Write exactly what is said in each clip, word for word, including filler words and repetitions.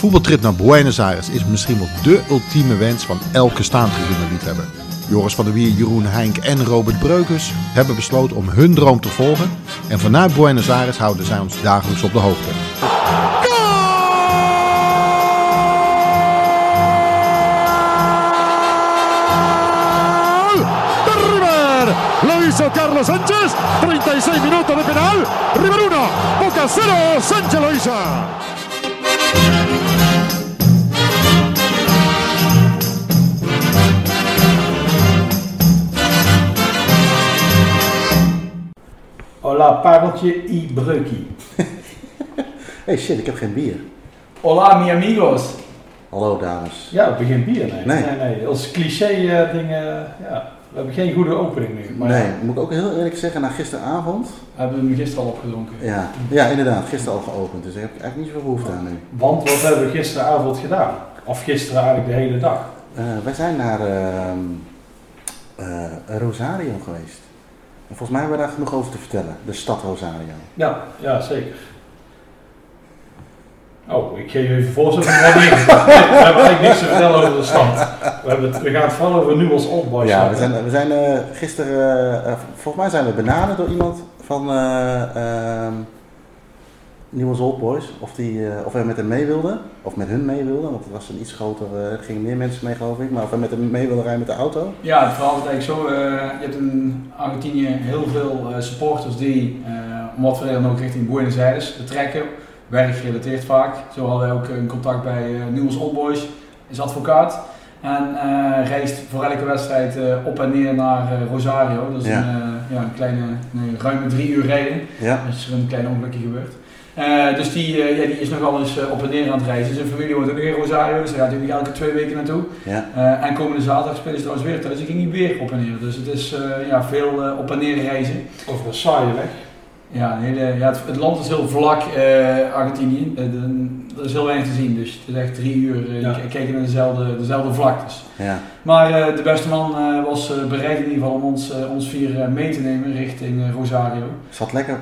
voetbaltrip naar Buenos Aires is misschien wel dé ultieme wens van elke staantribune-liefhebber. Joris van der Wier, Jeroen Heink en Robert Breukers hebben besloten om hun droom te volgen. En vanuit Buenos Aires houden zij ons dagelijks op de hoogte. Lo hizo Carlos Sánchez, treinta y seis minutos de penal, River uno, Boca cero, Sánchez lo hizo. Hola, pareltje y breukie. Hey shit, ik heb geen bier. Hola, mi amigos. Hallo dames. Ja, we hebben geen bier, nee. Nee. nee, nee. Als cliché uh, dingen, ja. We hebben geen goede opening nu. Maar nee, ja. moet ik ook heel eerlijk zeggen, na gisteravond. Hebben we hem gisteren al opgedronken. Ja, ja, inderdaad, gisteren al geopend, dus daar heb ik eigenlijk niet zoveel behoefte aan nu. Want wat hebben we gisteravond gedaan? Of gisteren eigenlijk de hele dag? Uh, wij zijn naar uh, uh, Rosario geweest. En volgens mij hebben we daar genoeg over te vertellen, de stad Rosario. Ja, ja zeker. Oh, ik geef even voor zo'n wat dingen. We hebben eigenlijk niks te vertellen over de stad. We, hebben het, we gaan het vooral over Newell's Old Boys. Ja, we zijn, we zijn uh, gisteren, uh, volgens mij zijn we benaderd door iemand van uh, uh, Newell's Old Boys. Of, die, uh, of wij met hem mee wilden, of met hun mee wilden, want het was een iets groter, uh, er gingen meer mensen mee geloof ik. Maar of wij met hem mee wilden rijden met de auto. Ja, het verhaal is eigenlijk zo, uh, je hebt in Argentinië heel veel uh, supporters die uh, om wat voor reden dan ook richting Buenos Aires vertrekken. Werkgerelateerd vaak. Zo hadden we ook een contact bij uh, Newell's Old Boys, is advocaat. En uh, reist voor elke wedstrijd uh, op en neer naar uh, Rosario. Dat is ja. een, uh, ja, een kleine, nee, ruime drie uur rijden. Ja. Als er een klein ongelukje gebeurt. Uh, dus die, uh, ja, die is nogal eens uh, op en neer aan het reizen. Zijn familie woont ook nog in Rosario, dus daar gaat hij ook elke twee weken naartoe. Ja. Uh, en komende zaterdag spelen ze trouwens weer thuis. Dus ik ging niet weer op en neer. Dus het is uh, ja, veel uh, op en neer reizen. Over een saaie weg. Ja, hele, ja het, het land is heel vlak, uh, Argentinië. Uh, de, er is heel weinig te zien, dus het is echt drie uur uh, ja. kijken naar dezelfde, dezelfde vlaktes. Ja. Maar uh, de beste man uh, was uh, bereid in ieder geval om ons, uh, ons vier uh, mee te nemen richting uh, Rosario. Zat lekker.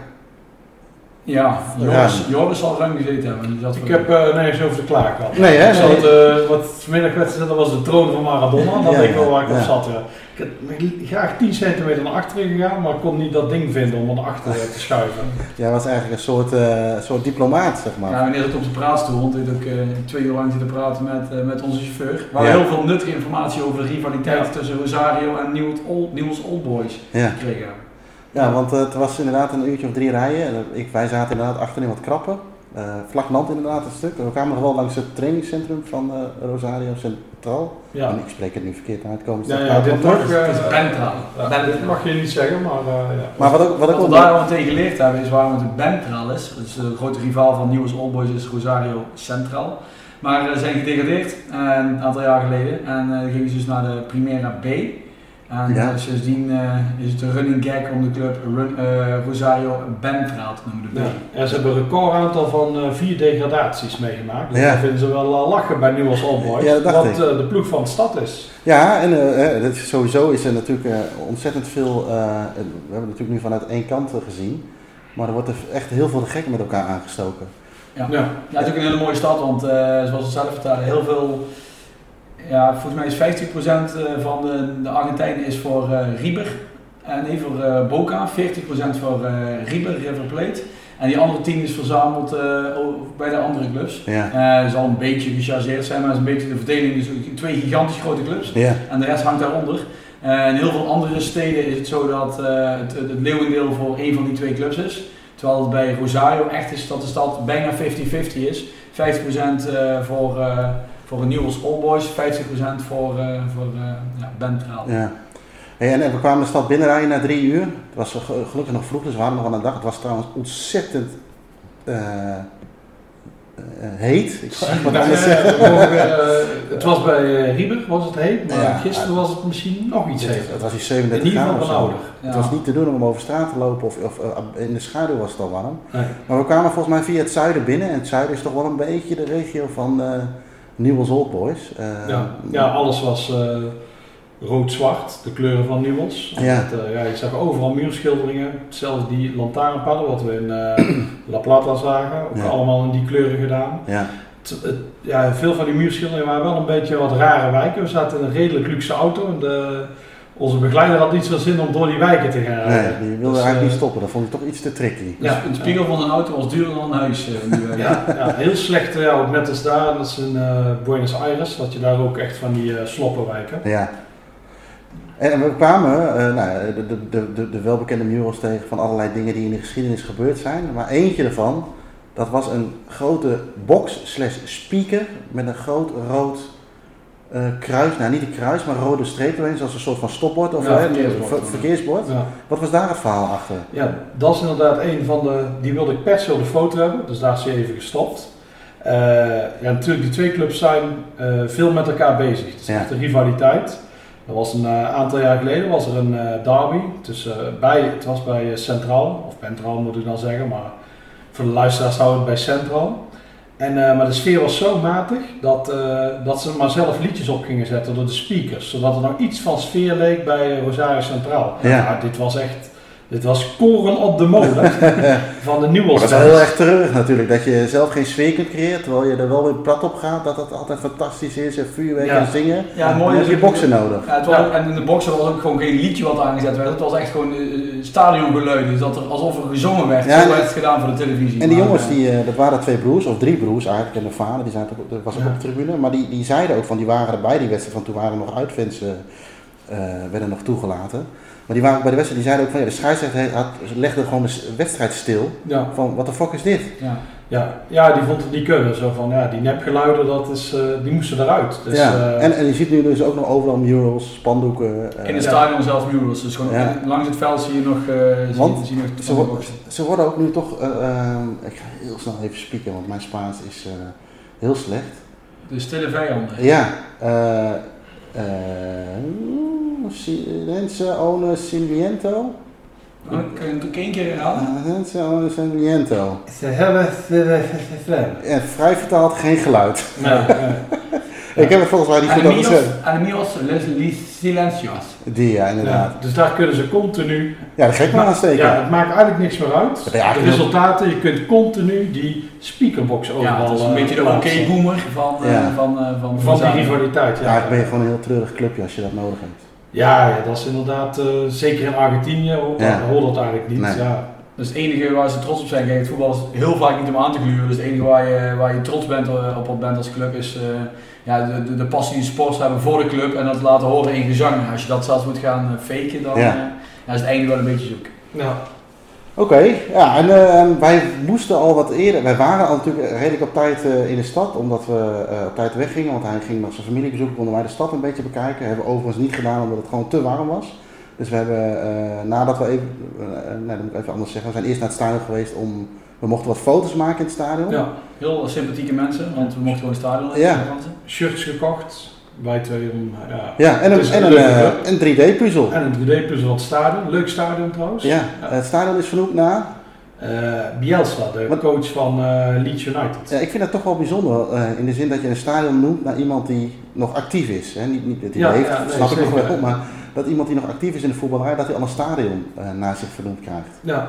Ja, Joris, ja. Joris zal ruim gezeten hebben. Die zat ik heb uh, nergens over te klagen gehad. Nee, hè? Ik zat, uh, wat vanmiddag werd gezet, dat was de troon van Maradona. Dat ja, weet ik wel waar ik ja. op zat. Uh. Ik had graag tien centimeter naar achteren gegaan, maar ik kon niet dat ding vinden om naar achteren te schuiven. Jij was eigenlijk een soort, uh, soort diplomaat, zeg maar. Ja, wanneer het op de praatstoel rond, heeft ook uh, twee uur lang zitten praten met, uh, met onze chauffeur. Waar ja. we heel veel nuttige informatie over de rivaliteit ja. tussen Rosario en Newell's Old, Newell's Old Boys ja. gekregen. Ja, want uh, het was inderdaad een uurtje of drie rijden. Ik, wij zaten inderdaad achterin wat krappen. Uh, vlak land inderdaad een stuk. We kwamen nog wel langs het trainingscentrum van uh, Rosario Central. Ja. En ik spreek het nu verkeerd uit. Komen ja, ja, dit mag, uh, het is Bentraal. Ja, dit mag je niet zeggen, maar uh, ja. Maar wat, ook, wat, wat ook we daar al tegen geleerd hebben is waarom het een Bentraal is. Dus de grote rivaal van Newell's Old Boys is Rosario Central. Maar ze uh, zijn gedegradeerd uh, een aantal jaar geleden en uh, gingen ze dus naar de Primera B. En ja. uh, sindsdien uh, is het een running gag om de club run, uh, Rosario Bentraal te noemen. De ja. Ja, ze hebben een recordaantal van uh, vier degradaties meegemaakt. Ja. Dat vinden ze wel uh, lachen bij Newell's Old Boys, ja, wat uh, de ploeg van de stad is. Ja, en uh, dat is, sowieso is er natuurlijk uh, ontzettend veel, uh, we hebben natuurlijk nu vanuit één kant gezien, maar er wordt er echt heel veel de gekken met elkaar aangestoken. Ja, ja. ja het is ook een hele mooie stad, want uh, zoals we zelf vertellen, heel veel... Ja, volgens mij is vijftig procent van de, de Argentijnen is voor uh, River, en nee voor uh, Boca, veertig procent voor uh, River, River Plate. En die andere tien is verzameld uh, bij de andere clubs. Ja. Uh, het zal een beetje gechargeerd zijn, maar het is een beetje de verdeling. Dus twee gigantisch grote clubs ja. en de rest hangt daaronder. Uh, in heel veel andere steden is het zo dat uh, het, het leeuwendeel voor één van die twee clubs is. Terwijl het bij Rosario echt is dat de stad bijna vijftig vijftig is. vijftig procent uh, voor... Uh, Voor de Newell's Old Boys, vijftig procent voor, uh, voor uh, ja, Bentraal. Ja. Hey, en we kwamen de stad binnenrijden na drie uur. Het was gelukkig nog vroeg, dus we waren nog aan de dag. Het was trouwens ontzettend uh, uh, heet. Ik ga echt wat anders zeggen. Uh, het was bij uh, River was het heet, maar ja, gisteren was het misschien nog iets heet. Het was hier zevenendertig graden of zo. Ja. Het was niet te doen om over straat te lopen of, of uh, in de schaduw was het al warm. Nee. Maar we kwamen volgens mij via het zuiden binnen. En het zuiden is toch wel een beetje de regio van... Uh, Newell's Old Boys. Uh, ja, ja, alles was uh, rood-zwart, de kleuren van Newell's. Ja. Het, uh, ja, je zag overal muurschilderingen, zelfs die lantaarnpalen wat we in uh, La Plata zagen, ook ja. allemaal in die kleuren gedaan. Ja. t, het, ja, veel van die muurschilderingen waren wel een beetje wat rare wijken. We zaten in een redelijk luxe auto en de, onze begeleider had niet zo zin om door die wijken te gaan rijden. Nee, die wilde dus, eigenlijk uh, niet stoppen, dat vond ik toch iets te tricky. Ja, een spiegel van een auto was duurder dan een huis. Uh, nu, uh, ja, ja, heel slecht, ja, ook net als daar, dat is in uh, Buenos Aires, dat je daar ook echt van die uh, sloppenwijken. Ja. En we kwamen uh, nou, de, de, de, de welbekende murals tegen van allerlei dingen die in de geschiedenis gebeurd zijn. Maar eentje ervan, dat was een grote box slash speaker met een groot rood uh, kruis. Nou, niet een kruis, maar een rode streep erin, zoals een soort van stopbord of ja, een verkeersbord. ver, verkeersbord. Ja. Wat was daar het verhaal achter? Ja, dat is inderdaad een van de, die wilde ik per se op de foto hebben, dus daar is hij even gestopt. Uh, ja, natuurlijk, die twee clubs zijn uh, veel met elkaar bezig. Het is ja. echt een rivaliteit. Er was een uh, aantal jaar geleden was er een uh, derby tussen, uh, bij, het was bij uh, Centraal, of Pentraal moet ik dan zeggen, maar voor de luisteraars houden het bij Centraal. En, uh, maar de sfeer was zo matig dat, uh, dat ze maar zelf liedjes op gingen zetten door de speakers, zodat er nog iets van sfeer leek bij Rosario Centraal. Ja. Ja, dit was echt, dit was koren op de molen van de Newell's. Dat is heel erg terug natuurlijk, dat je zelf geen sfeer kunt creëren, terwijl je er wel weer plat op gaat, dat het altijd fantastisch is, en vuurwerk ja. en zingen. Ja, en mooi. dan heb je boksen nodig. Ja, het was, ja. En in de boksen was ook gewoon geen liedje wat aangezet werd, het was echt gewoon uh, stadiongeluid, dus dat er alsof er gezongen werd, ja, zo werd het gedaan voor de televisie. En die maar, jongens, die, uh, dat waren twee broers, of drie broers eigenlijk, en de vader, die zijn toch, dat was ook ja. op de tribune, maar die, die zeiden ook van, die waren erbij die wedstrijd, van toen waren er nog uitfans, uh, uh, werden nog toegelaten. Maar die waren bij de wedstrijd, die zeiden ook van ja, de scheidsrechter had, legde gewoon de wedstrijd stil. Ja. Van wat de fuck is dit? Ja. Ja, ja, die vond het niet kunnen. Zo van ja, die nepgeluiden, dat is, uh, die moesten eruit. Dus, ja. uh, en, en je ziet nu dus ook nog overal murals, spandoeken. Uh, in het stadion ja. zelf murals, dus gewoon ja. langs het veld zie je nog. Uh, want zie, zie je nog ze, wo ze worden ook nu toch. Uh, uh, ik ga heel snel even spieken, want mijn Spaans is uh, heel slecht. De stille vijanden. Ja. Uh, uh, Renze One Cinviento. Oh, kun je het ook één keer herhalen? Renze One Cinviento. Ze hebben ja, vrij vertaald geen geluid. Nee, nee. Ik heb het volgens mij niet goed over gezegd. Animios silencios. Die, ja, inderdaad. Ja, dus daar kunnen ze continu. Ja, dat gek maar aan steken. Ja, het maakt eigenlijk niks meer uit. De resultaten, je kunt continu die speakerbox overal. Ja, het is een uh, beetje de oké-boomer van, uh, ja. van, uh, van, van, van die rivaliteit. Ja, eigenlijk ben je gewoon een heel treurig clubje als je dat nodig hebt. Ja, ja dat is inderdaad, uh, zeker in Argentinië hoort, ja. hoort dat eigenlijk niet. Nee. Ja. Dus het enige waar ze trots op zijn, kijk, het voetbal is heel vaak niet om aan te gluren. Dus het enige waar je, waar je trots bent op, op bent als club is uh, ja, de, de, de passie die sporters hebben voor de club en dat laten horen in gezang. Als je dat zelfs moet gaan uh, faken, dan ja. uh, ja, is het einde wel een beetje zoek. Ja. Oké, okay, ja, en uh, wij moesten al wat eerder, wij waren al natuurlijk redelijk op tijd uh, in de stad, omdat we uh, op tijd weggingen, want hij ging nog zijn familie bezoeken, konden wij de stad een beetje bekijken. Hebben we overigens niet gedaan omdat het gewoon te warm was. Dus we hebben, uh, nadat we even, uh, nee, dat moet ik even anders zeggen, we zijn eerst naar het stadion geweest om, we mochten wat foto's maken in het stadion. Ja, heel sympathieke mensen, want we mochten gewoon het stadion ja. Shirts gekocht. Wij twee om, ja. Ja, en een, en een, uh, een drie D puzzel. En een drie D puzzel van het stadion. Leuk stadion trouwens. Ja, ja. Het stadion is vernoemd naar? Uh, Bielsa, de Wat? coach van uh, Leeds United. Ja, ik vind dat toch wel bijzonder, uh, in de zin dat je een stadion noemt naar iemand die nog actief is. Hè? Niet, niet dat hij ja, leeft, ja, nee, snap ik nog wel, maar dat iemand die nog actief is in de voetballerij, dat hij al een stadion uh, naar zich vernoemd krijgt. Ja.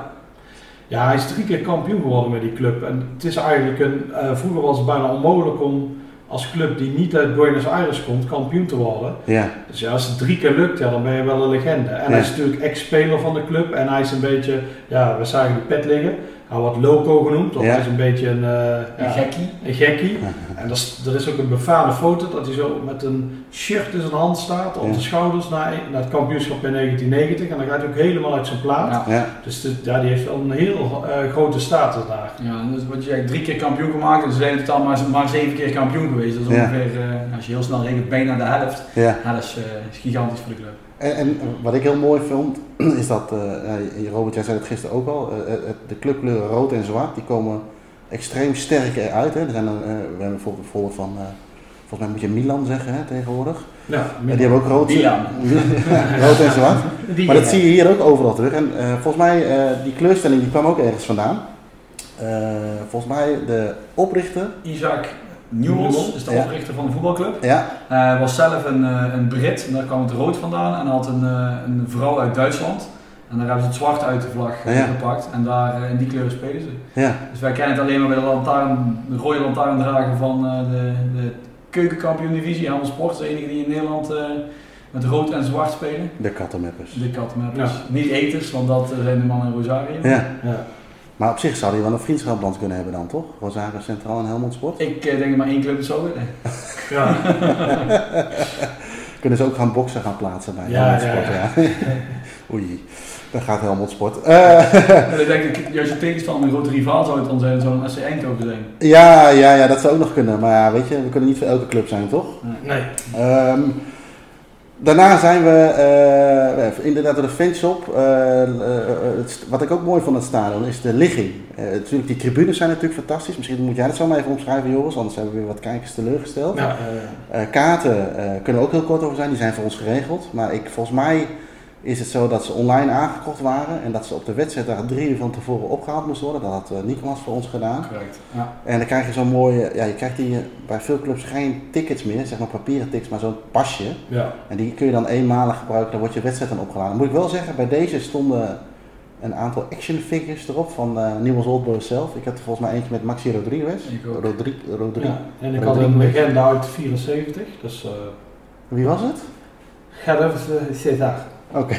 Ja, hij is drie keer kampioen geworden met die club. En het is eigenlijk een, uh, vroeger was het bijna onmogelijk om als club die niet uit Buenos Aires komt, kampioen te worden. Ja. Dus ja, als het drie keer lukt, ja, dan ben je wel een legende. En ja. hij is natuurlijk ex-speler van de club en hij is een beetje, ja, we zagen die pet liggen. Hij wordt Loco genoemd, want ja. hij is een beetje een, uh, een ja, gekkie. Een gekkie. En dat is, er is ook een befaamde foto dat hij zo met een shirt in zijn hand staat, op ja. de schouders naar, naar het kampioenschap in negentien negentig. En dan gaat hij ook helemaal uit zijn plaat. Ja. Dus de, ja, die heeft wel een heel uh, grote status daar. Ja, dus wat je zegt, drie keer kampioen gemaakt, dus zijn in totaal maar, maar zeven keer kampioen geweest. Dat is ongeveer, ja. uh, als je heel snel rekent, bijna de helft. Ja. Ja, dat is, uh, is gigantisch voor de club. En, en wat ik heel mooi vond, is dat, uh, Robert, jij zei het gisteren ook al, uh, de clubkleuren rood en zwart, die komen extreem sterk eruit. Hè. Er zijn dan, uh, we hebben bijvoorbeeld, bijvoorbeeld van, uh, volgens mij moet je Milan zeggen hè, tegenwoordig. Ja, uh, die hebben ook rood, rood en zwart. Die, maar dat zie je hier ook overal terug. En uh, volgens mij, uh, die kleurstelling die kwam ook ergens vandaan. Uh, volgens mij de oprichter... Isaac Newell's is de ja. oprichter van de voetbalclub. Ja. Hij uh, was zelf een, uh, een Brit, en daar kwam het rood vandaan. En had een, uh, een vrouw uit Duitsland. En daar hebben ze het zwart uit de vlag Ja, ja. gepakt en daar uh, in die kleuren spelen ze. Ja. Dus wij kennen het alleen maar bij de, lantaarn, de rode lantaarndrager van uh, de, de keukenkampioen-divisie. Helmond Sport is de enige die in Nederland uh, met rood en zwart spelen. De kattenmappers. De kattenmappers. Ja. Niet eters, want dat uh, zijn de mannen in Rosario. Ja. Ja. Maar op zich zou hij wel een vriendschapsband kunnen hebben dan, toch? Rosario Centraal en Helmond Sport. Ik uh, denk dat maar één club het zou willen. Ja. Kunnen ze ook gaan boksen gaan plaatsen bij Ja, Helmond ja, Sport, ja. ja. Oei, dan gaat Helmond Sport. Uh, En ik denk dat juist je tegenstander een grote rivaal zou het dan zijn, zo'n S C Eindhoven zijn. ja, ja, ja, dat zou ook nog kunnen. Maar ja, weet je, we kunnen niet voor elke club zijn, toch? Nee. Um, daarna zijn we uh, inderdaad door de fanshop. Uh, uh, het, wat ik ook mooi vond aan het stadion is de ligging. Uh, natuurlijk, die tribunes zijn natuurlijk fantastisch. Misschien moet jij dat zo maar even omschrijven, Joris, anders hebben we weer wat kijkers teleurgesteld. Ja, uh, Uh, kaarten uh, kunnen we ook heel kort over zijn, die zijn voor ons geregeld. Maar ik, volgens mij is het zo dat ze online aangekocht waren en dat ze op de wedstrijd daar drie uur van tevoren opgehaald moesten worden. Dat had uh, Nicolas voor ons gedaan. Correct. Ja. En dan krijg je zo'n mooie, ja, je krijgt die, bij veel clubs geen tickets meer, zeg maar papieren tickets, maar zo'n pasje. ja. En die kun je dan eenmalig gebruiken, dan wordt je wedstrijd dan opgeladen. Moet ik wel zeggen, bij deze stonden een aantal action figures erop van uh, Newell's Old Boys zelf. Ik had er volgens mij eentje met Maxi Rodriguez. Ik ook. Rodri Rodri Ja. En ik had een legende uit vierenzeventig, dus uh, Wie was het? Gerard uh, César. Oké. Okay.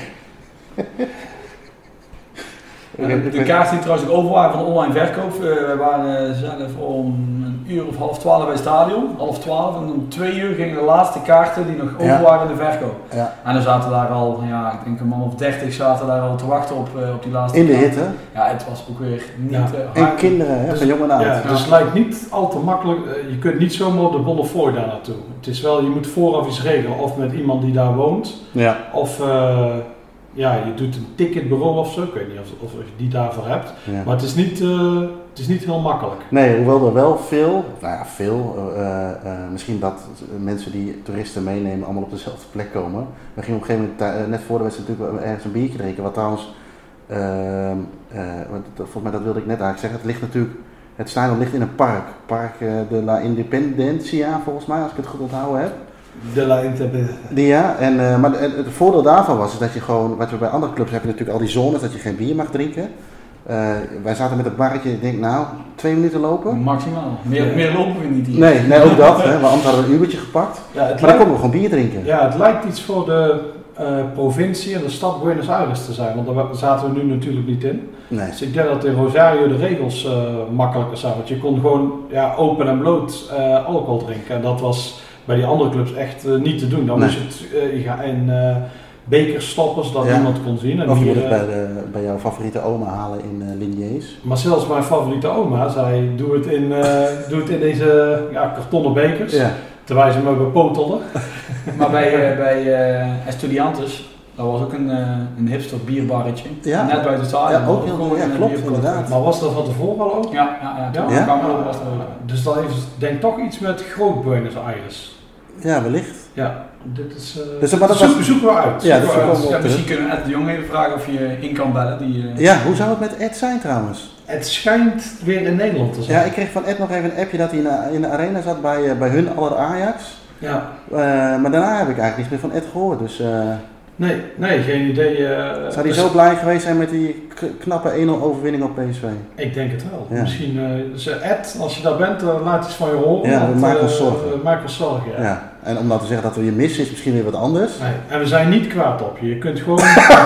En de, de kaarten die trouwens ook over waren van de online verkoop. Uh, we waren zelf om een uur of half twaalf bij het stadion, half twaalf. En om twee uur gingen de laatste kaarten die nog over Ja. waren in de verkoop. Ja. En er zaten daar al, ja, ik denk een man of dertig zaten daar al te wachten op, uh, op die laatste In de kaarten. hitte. Ja, het was ook weer niet Ja. uh, En hard. kinderen, hè, Dus- van jong en oud. Ja, dus het lijkt niet al te makkelijk. Uh, je kunt niet zomaar op de Bonnefoy daar naartoe. Het is wel, je moet vooraf iets regelen. Of met iemand die daar woont. Ja. Of uh, ja, je doet een ticketbureau of zo. Ik weet niet of, of je die daarvoor hebt. Ja. Maar het is niet, uh, het is niet heel makkelijk. Nee, hoewel er wel veel, nou ja, veel, uh, uh, misschien dat mensen die toeristen meenemen allemaal op dezelfde plek komen. We gingen op een gegeven moment, uh, net voor de wedstrijd natuurlijk ergens een biertje drinken, wat trouwens, uh, uh, volgens mij dat wilde ik net eigenlijk zeggen, het ligt natuurlijk, het stadion ligt in een park, Park uh, de la Independencia volgens mij, als ik het goed onthouden heb. De la Inter- Die, ja, en, uh, maar het, het voordeel daarvan was is dat je gewoon, wat we bij andere clubs hebben natuurlijk al die zones dat je geen bier mag drinken. Uh, wij zaten met het barretje, ik denk nou, twee minuten lopen. Maximaal. Meer, meer lopen we niet hier. Nee, nee, ook dat, hè, want anders hadden we een uurtje gepakt. Ja, het Maar dan lijkt, konden we gewoon bier drinken. ja, het lijkt iets voor de uh, provincie en de stad Buenos Aires te zijn. Want daar zaten we nu natuurlijk niet in. Nee. Dus ik denk dat in Rosario de regels uh, makkelijker zijn. Want je kon gewoon ja, open en bloot uh, alcohol drinken. En dat was bij die andere clubs echt uh, niet te doen. Dan Nee. moest je het uh, je gaat in uh, bekers stoppen zodat Ja. niemand kon zien. En Of je hier, moet het uh, bij, de, bij jouw favoriete oma halen in uh, Ligniers. maar zelfs mijn favoriete oma zei, doe het in, uh, doe het in deze ja, kartonnen bekers. Ja. Terwijl ze me bepotelden. Maar bij, uh, bij uh, Estudiantes, dat was ook een, uh, een hipster bierbarretje. Ja. Net buiten het stadion. Ja, ook heel mooi. Ja, een klopt, bierverkoop. inderdaad. Maar was dat van tevoren al ook? Ja, ja, ja. Toen Ja? we kwamen lopen was dat ook. Dus dat heeft denk toch iets met groot Buenos Aires. Ja, wellicht. Ja, dit is... Uh, Dus, maar dat zoek, was- zoeken we uit. Ja, Zoeken dat we is uit. ook wel- Ja, misschien kunnen we Ed de Jong even vragen of je in kan bellen. Die, uh, Ja, hoe zou het met Ed zijn trouwens? Het schijnt weer in Nederland te zijn. Ja, ik kreeg van Ed nog even een appje dat hij in de, in de arena zat bij, uh, bij hun aller Ajax. Ja. Uh, maar daarna heb ik eigenlijk niets meer van Ed gehoord. Dus uh, Nee, nee, geen idee. Uh, zou hij dus- zo blij geweest zijn met die k- knappe één nul overwinning op P S V? Ik denk het wel. Ja. Misschien, uh, dus, uh, Ed, als je daar bent, uh, laat iets van je horen. Ja, we want, maken uh, ons zorgen. We maken ons zorgen, ja. Ja. En om nou te zeggen dat we je missen is misschien weer wat anders. Nee, en we zijn niet kwaad op je. Je kunt gewoon...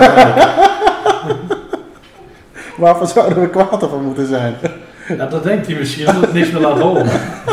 Waarvoor zouden we kwaad over moeten zijn? nou, dat denkt hij misschien, omdat het niks meer laat horen.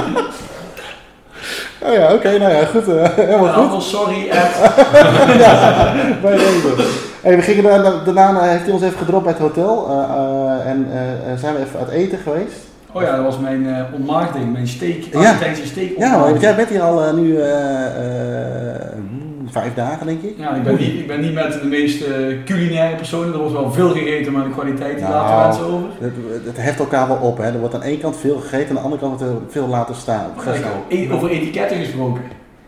Oh ja, oké, okay, nou ja, goed. Uh, helemaal goed. Oh, sorry Ed. Ja, bij deze. Hey, we gingen daarna, daarna heeft hij ons even gedropt bij het hotel. Uh, uh, en uh, zijn we even uit eten geweest. Oh ja, dat was mijn uh, ontmaagding, mijn steek, Ja. Argentijnse steek. Ja, want jij bent hier al uh, nu uh, uh, vijf dagen, denk ik. Ja, ik ben, niet, ik ben niet met de meest uh, culinaire personen. Er wordt wel veel gegeten, maar de kwaliteit die Nou, laten mensen over. Het, het heft elkaar wel op. Hè. Er wordt aan één kant veel gegeten, aan de andere kant wordt er veel later staan. Kijk, e- over etiketten gesproken.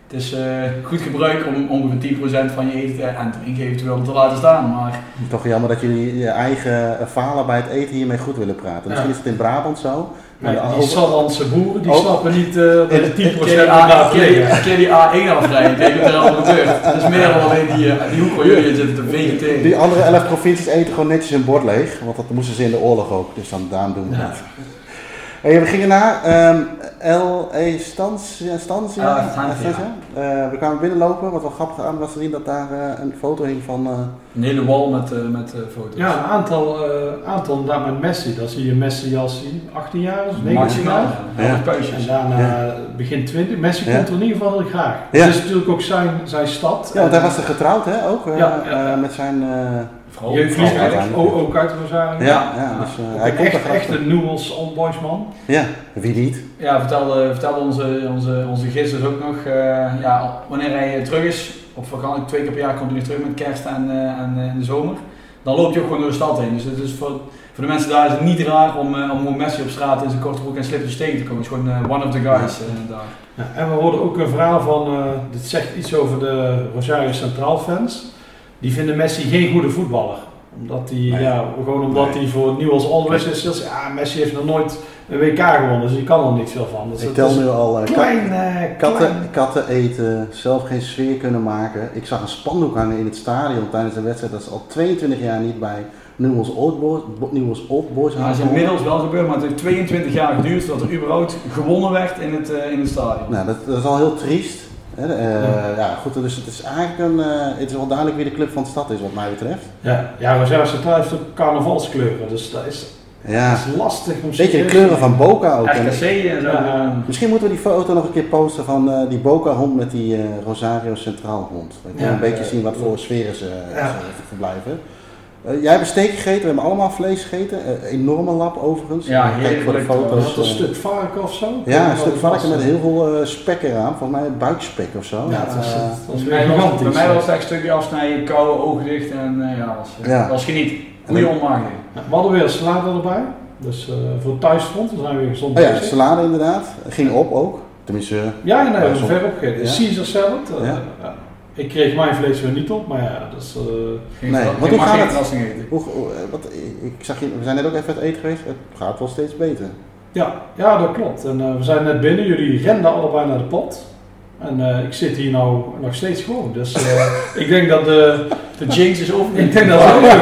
Het is uh, goed gebruik om ongeveer tien procent van je eten en drinken eventueel te laten staan. Maar... Toch jammer dat jullie je eigen falen bij het eten hiermee goed willen praten. Ja. Misschien is het in Brabant zo. Maar ja, die Sallandse boeren die oh. snappen niet uh, dat de tien procent een keer die A één afrijden, tegen wat er allemaal gebeurt. Het is meer dan alleen die, die hoek waar jullie in zitten te vegeteren. Die andere elf provincies eten gewoon netjes hun bord leeg, want dat moesten ze in de oorlog ook, dus dan daarom doen we ja. dat. Hey, we gingen naar um, L E Stancia. Stancia. Ah, Stancia. Uh, we kwamen binnenlopen, wat wel grappig aan was te zien dat daar uh, een foto hing van... Uh... Een hele wal met, uh, met uh, foto's. Ja, een aantal, uh, aantal daar met Messi. Dan zie je Messi als hij achttien jaar is, negentien jaar. Ja. Ja. En daarna ja. begin twintig. Messi ja. komt er in ieder geval heel graag. Ja. Het is natuurlijk ook zijn, zijn stad. Ja, want hij was er getrouwd hè, ook. Uh, ja, ja. Uh, met zijn... Uh, Jeugdliefde eigenlijk, ook uit Rosario. Ja, ja, dus, uh, hij komt echt, echt een Newell's Old Boys man. Ja, wie niet? Ja, vertelde, vertelde onze, onze, onze gids dus ook nog, uh, ja, wanneer hij terug is, op vakantie, twee keer per jaar komt hij terug met kerst en, uh, en uh, in de zomer. Dan loop je ook gewoon door de stad heen. Dus het is voor, voor de mensen daar is het niet raar om, uh, om Messi op straat in zijn korte broek en slipjes tegen te komen. Het is gewoon uh, one of the guys uh, daar. Ja, en we hoorden ook een verhaal van, uh, dit zegt iets over de Rosario Centraal fans. Die vinden Messi geen goede voetballer. Omdat hij, nee. ja, gewoon omdat nee. hij voor Newell's Old Boys is. Dus, ja, Messi heeft nog nooit een W K gewonnen, dus hij kan er niks veel van. Dus ik tel nu al uh, klein, uh, katten, klein. katten eten, zelf geen sfeer kunnen maken. Ik zag een spandoek hangen in het stadion tijdens de wedstrijd. Dat is al tweeëntwintig jaar niet bij Newell's Old Boys. Newell's Old Boys ja, dat is inmiddels wel gebeurd, maar het heeft tweeëntwintig jaar geduurd voordat er überhaupt gewonnen werd in het, uh, in het stadion. Nou, dat, dat is al heel triest. Uh, ja. ja, goed, dus het is eigenlijk een, uh, het is wel duidelijk wie de club van de stad is wat mij betreft. Ja, ja, Rosario Centraal heeft ook carnavalskleuren, dus dat is, ja. dat is lastig om Beetje de kleuren van Boca ook. R K C en zo. Ja. Misschien moeten we die foto nog een keer posten van uh, die Boca hond met die uh, Rosario Centraal hond. Dan kun je ja, een beetje uh, zien wat voor sferen ze, ja. ze verblijven. Uh, jij hebt een steak gegeten, we hebben allemaal vlees gegeten. Uh, enorme lap overigens. Ja, kijk voor de foto's. Wat een uh, stuk varken of zo? Ja, een stuk varken met heel veel uh, spek eraan. Volgens mij buikspek of zo. Ja, dat is, uh, dat is bij, was, bij mij was het echt een stukje afsnijden, koude, ogen dicht en uh, ja, was, uh, ja, was geniet. Goeie ontmaagding. Ja, we hadden weer een salade erbij. Dus uh, voor thuisfront, dan zijn we weer gezond bezig. Oh ja, salade inderdaad. Ging op ook. Tenminste. Uh, ja, nee, we hebben ver opgegeten. Ja. Caesar salad. Uh, ja. Ja. Ik kreeg mijn vlees weer niet op, maar ja, dat is... Uh, nee, wat hoe gaat het? Hoe, wat, ik zag je, we zijn net ook even uit eten geweest, het gaat wel steeds beter. Ja, ja dat klopt. En uh, we zijn net binnen, jullie renden allebei naar de pot. En uh, ik zit hier nou nog steeds gewoon, dus uh, ik denk dat de... De jinx is over. Ik denk dat het over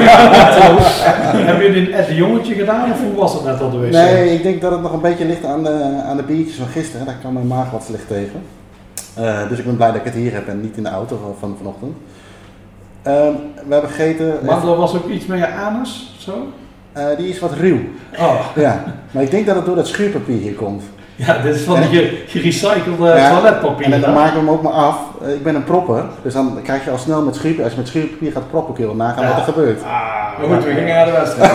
Hebben jullie een Ed de Jongetje gedaan of hoe was het net al de wc? Nee, ik denk dat het nog een beetje ligt aan de, aan de biertjes van gisteren, daar kan mijn maag wat slecht tegen. Uh, dus ik ben blij dat ik het hier heb en niet in de auto van vanochtend. Uh, we hebben gegeten... Maar er was ook iets met je anus, zo? Uh, die is wat ruw. Oh. Ja, maar ik denk dat het door dat schuurpapier hier komt. Ja, dit is van die gerecyclede ja, toiletpapier. En dan maken we hem ook maar af. Uh, ik ben een propper, dus dan krijg je al snel met schuurpapier. Als je met schuurpapier gaat proppen, kun je wel nagaan ja. wat er gebeurt. Ah, maar goed, we gingen naar de wedstrijd.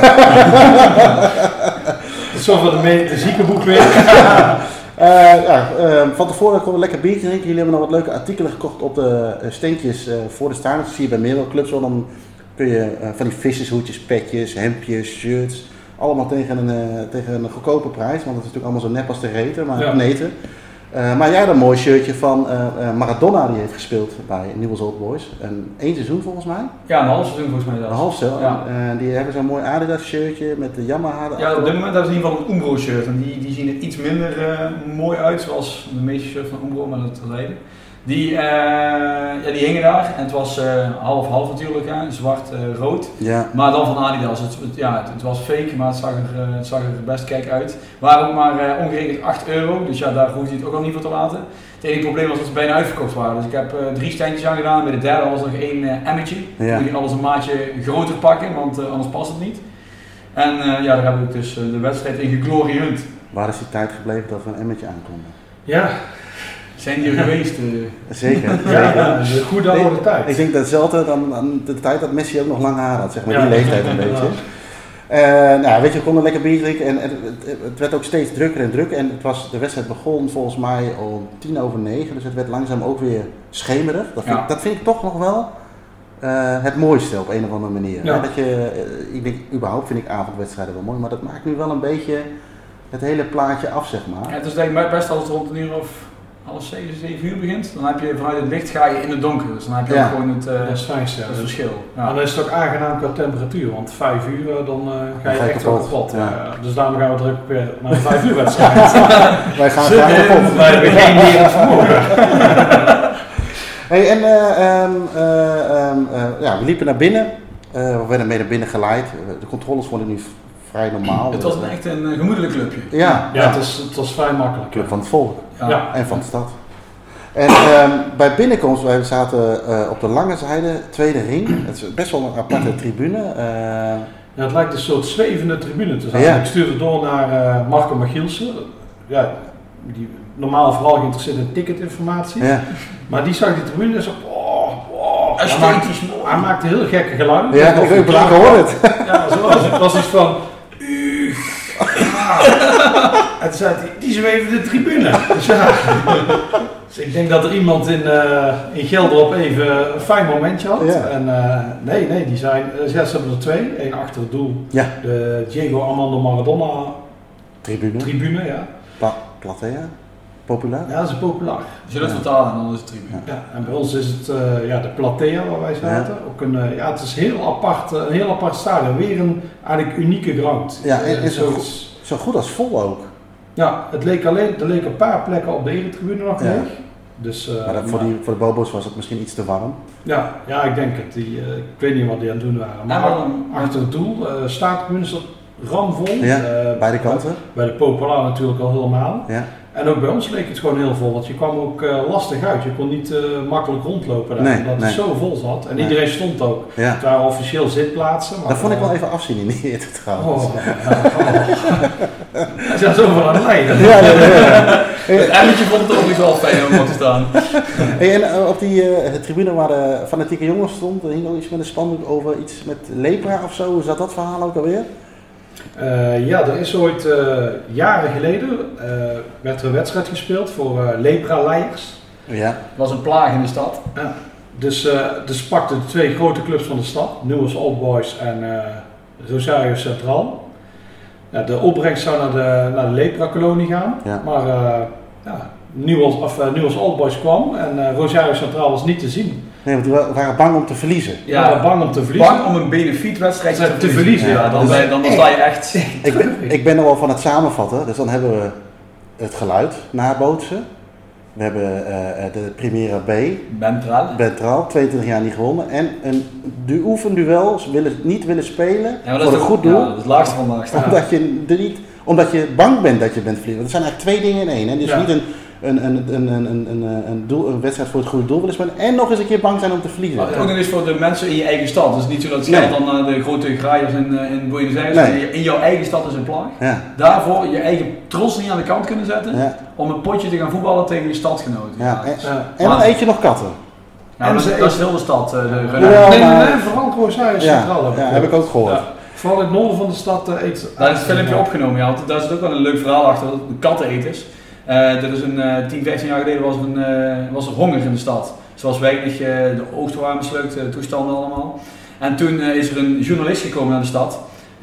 Zo van de, de ziekenboek weer. Uh, ja, uh, van tevoren konden we lekker biertje drinken. Jullie hebben nog wat leuke artikelen gekocht op de uh, steentjes uh, voor de stadion. Dat zie je bij meer clubs wel. Dan kun je uh, van die vissershoedjes, petjes, hemdjes, shirts. Allemaal tegen een, uh, tegen een goedkope prijs. Want het is natuurlijk allemaal zo nep als te reten, maar ja. neten. Uh, maar jij had een mooi shirtje van uh, uh, Maradona, die heeft gespeeld bij Newell's Old Boys. Een één seizoen volgens mij. Ja, een half seizoen volgens mij zelfs. Een half seizoen. Ja. En, uh, die hebben zo'n mooi Adidas shirtje met de Yamaha. Ja, op dit moment hebben ze in ieder geval een Umbro shirt. En die, die zien er iets minder uh, mooi uit zoals de meeste shirts van Umbro, maar dat terzijde. Die, uh, ja, die hingen daar en het was half-half uh, natuurlijk, hè, zwart-rood. Uh, ja. Maar dan van Adidas. Het, het, ja, het, het was fake, maar het zag er, uh, het zag er best kijk uit. We waren ook maar uh, ongerekend acht euro, dus ja, daar hoeft hij het ook al niet voor te laten. Het enige probleem was dat ze bijna uitverkocht waren. Dus ik heb uh, drie standjes aangedaan. Bij de derde was er nog één uh, emmetje. Ja. Moet je alles een maatje groter pakken, want uh, anders past het niet. En uh, ja, daar hebben we dus uh, de wedstrijd in gegloriehunt. Waar is die tijd gebleven dat we een emmetje aankonden? Ja. Zijn die er geweest? Uh... Zeker. Ja, ja, een goede oude tijd. Ik denk datzelfde dan, dan de tijd dat Messi ook nog lang haar had, zeg maar, ja, die leeftijd een beetje. Uh, nou, weet je, we konden lekker bier drinken en, en het, het werd ook steeds drukker en drukker. En het was, de wedstrijd begon volgens mij om tien over negen, dus het werd langzaam ook weer schemerig. Dat vind, ja. ik, dat vind ik toch nog wel uh, het mooiste op een of andere manier. Ja. Dat je, uh, ik denk, überhaupt vind ik avondwedstrijden wel mooi, maar dat maakt nu wel een beetje het hele plaatje af, zeg maar. Ja, het is denk ik best altijd rond een uur of half zeven, zeven uur begint, dan heb je vanuit het licht ga je in het donker. Dus dan heb je Ja. ook gewoon het, uh, Dat is fijn, ja. het verschil. Ja. En dan is het ook aangenaam qua temperatuur, want vijf uur dan uh, ga je ga je echt wel kapot. kapot. Ja. Ja. Dus daarom gaan we druk weer naar een vijf uur wedstrijd. Wij gaan Zin graag in, kapot. wij hebben geen leren vermogen. Hey, en uh, um, uh, um, uh, ja, we liepen naar binnen. Uh, we werden mee naar binnen geleid. De controles vonden ik nu vrij normaal. Het was een echt een gemoedelijk clubje. Ja, Ja, het was, het was vrij makkelijk. club van het volk Ja. Ja. en van de stad. En um, bij binnenkomst, wij zaten uh, op de lange zijde, tweede ring. Het is best wel een aparte tribune. Uh, Ja, het lijkt een soort zwevende tribune te zijn. Ja. Ik stuurde door naar uh, Marco Magielsen. Ja, die normaal vooral geïnteresseerd in ticketinformatie. ja. Maar die zag die tribune en zo. Oh, oh. Hij, maakte, Esthetisch mooi. hij maakte heel gekke geluiden. Ja, ik, ik, ik hoor het. Ja, zo was het. Het was iets van. "Uug, ah." En toen zei hij, die zwevende tribune. Dus ja. Dus ik denk dat er iemand in, uh, in Gelderop even een fijn momentje had. Ja. En uh, nee, nee, die zijn. Uh, ja, ze hebben er twee. Eén achter het doel. Ja, De Diego Armando Maradona tribune. tribune, ja. Pla Platea. Populair. Ja, dat is populair. Als je dat Ja. vertalen, dan is het tribune. Ja, en bij ons is het uh, ja, de Platea waar wij zaten. Ook een, uh, ja, het is heel apart, uh, een heel apart stadion. Weer een eigenlijk unieke ground. Ja, en- en Uh, zo zoiets- Zo goed als vol ook. Ja, het leek alleen, er leken een paar plekken op de eretribune nog Ja. leeg. Dus, uh, Maar dat, voor, maar- die, voor de bobo's was het misschien iets te warm. ja, ja, ik denk het. Die, uh, ik weet niet wat die aan het doen waren. Maar Ja, maar dan- achter het doel, uh, staattribune is ramvol. Ja, Uh, beide kanten. Bij de Populaar natuurlijk al helemaal. Ja. En ook bij ons leek het gewoon heel vol, want je kwam ook uh, lastig uit. Je kon niet uh, makkelijk rondlopen daar, Nee, omdat nee. het zo vol zat. En Nee. iedereen stond ook. Ja. Het waren officieel zitplaatsen. Maar, Dat vond ik wel uh, even afzien in die eerste trouwens. Oh, ja, oh. Hij zat zoveel aan het lijden. Ja, ja, ja. Het emmetje vond het ook niet wel fijn om op te staan. Hey, en uh, op die uh, tribune waar de fanatieke jongens stond, er hing ook iets met een spandoek over iets met lepra of zo. Hoe zat dat verhaal ook alweer? Uh, ja, er is ooit uh, jaren geleden uh, werd er een wedstrijd gespeeld voor uh, lepra-leiders. Ja. Het was een plaag in de stad. Ja. Dus, uh, dus pakten de twee grote clubs van de stad, Newell's Old Boys en uh, Rosario Central. Ja, de opbrengst zou naar de, naar de lepra-kolonie gaan, Ja. maar uh, ja, Newell's, of, uh, Newell's Old Boys kwam en uh, Rosario Central was niet te zien. Nee, want die wa- waren bang om te verliezen. Die waren bang om te verliezen. Bang om een benefietwedstrijd Te- te verliezen, Ja, ja. dan, Dus- ben je- dan, dan sta je echt. Ik ben, ik ben er al van het samenvatten, dus dan hebben we het geluid nabootsen. We hebben uh, de Primera B, Bentral. Bentral, tweeëntwintig jaar niet gewonnen. En een du oefenduel, ze willen, niet willen spelen Ja, maar dat voor is een ook- goed doel. Ja, dat is het laagste van de laagste. Omdat je, er niet, omdat je bang bent dat je bent verliezen. Want er zijn eigenlijk twee dingen in één. Hè? Dus Ja. niet een, een, een, een, een, een, een, een, doel, een wedstrijd voor het goede doel willen spelen. En nog eens een keer bang zijn om te verliezen. Maar ook nog eens voor de mensen in je eigen stad. Dus niet zo dat het Nee. geldt dan naar de grote graaiers in, eh, in Buenos Aires. Nee. Nee. In jouw eigen stad is een plaag. Ja, Daarvoor je eigen trots niet aan de kant kunnen zetten. ja, Om een potje te gaan voetballen tegen je stadgenoten. ja. En, Ja. en dan eet je nog katten. Ja, En dat, ze- is, dat is heel de stad. eh, de, Ja, Nee, nee, maar- nee, vooral Rosario Ja, Central. ja, heb ik ook gehoord. Ja, vooral in het noorden van de stad uh, eet. Daar is het filmpje opgenomen, ja, want daar zit ook wel een leuk verhaal achter, de katteneters. Uh, dat is een uh, tien, vijftien jaar geleden was er, een, uh, was er honger in de stad. Zoals weinig, uh, de oogsten waren mislukt, uh, toestanden allemaal. En toen uh, is er een journalist gekomen naar de stad.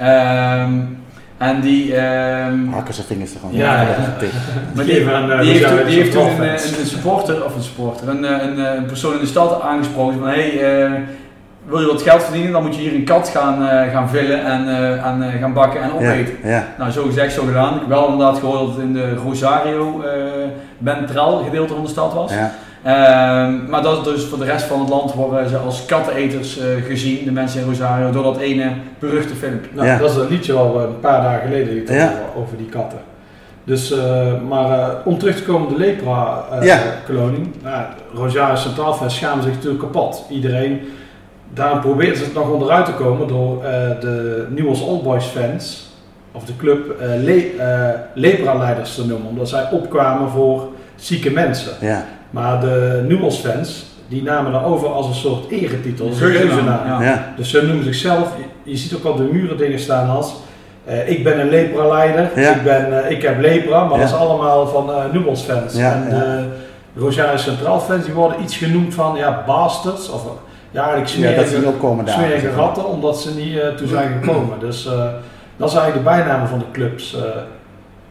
Um, en die... Um, Hakken zijn vingers er gewoon. Ja, ja, Dat is ja. een tik. maar Die die, even aan, uh, die heeft, Rosario toen- die heeft toen Central een, fans. een, een supporter, of een supporter, een, een, een persoon in de stad aangesproken van hey, uh, wil je wat geld verdienen, dan moet je hier een kat gaan, uh, gaan villen en, uh, en uh, gaan bakken en Ja, opeten. ja. Nou, zo gezegd, zo gedaan. Ik heb wel inderdaad gehoord dat het in de Rosario uh, Bentral gedeelte van de stad was. Ja. Uh, maar dat is dus voor de rest van het land worden ze als katteneters uh, gezien, de mensen in Rosario, door dat ene beruchte filmpje. Nou, Ja. dat is een liedje al uh, een paar dagen geleden liet Ja. over, over die katten. Dus, uh, maar uh, om terug te komen op de Ja. lepra-kolonie. Uh, nou, Rosario Centraal fans schamen zich natuurlijk kapot. Iedereen, daarom probeert ze het nog onderuit te komen door uh, de Newell's Old Boys fans, of de club, uh, le uh, lepra-leiders te noemen. Omdat zij opkwamen voor zieke mensen. Ja. Maar de Newell's fans, die namen dat over als een soort eretitel, als een Geuzennaam, geuzennaam. ja. Ja. Dus ze noemen zichzelf, je, je ziet ook op de muren dingen staan als uh, ik ben een lepra-leider, Ja. ik, ben, uh, ik heb lepra, maar Ja. dat is allemaal van uh, Newell's fans. Ja, En ja. de Rosario Centraal fans die worden iets genoemd van ja, bastards, of ja, eigenlijk Ja, dat ze niet smerige, opkomen daar. smerige ratten, omdat ze niet uh, toe zijn gekomen. Dus uh, dat zijn eigenlijk de bijnamen van de clubs. Uh,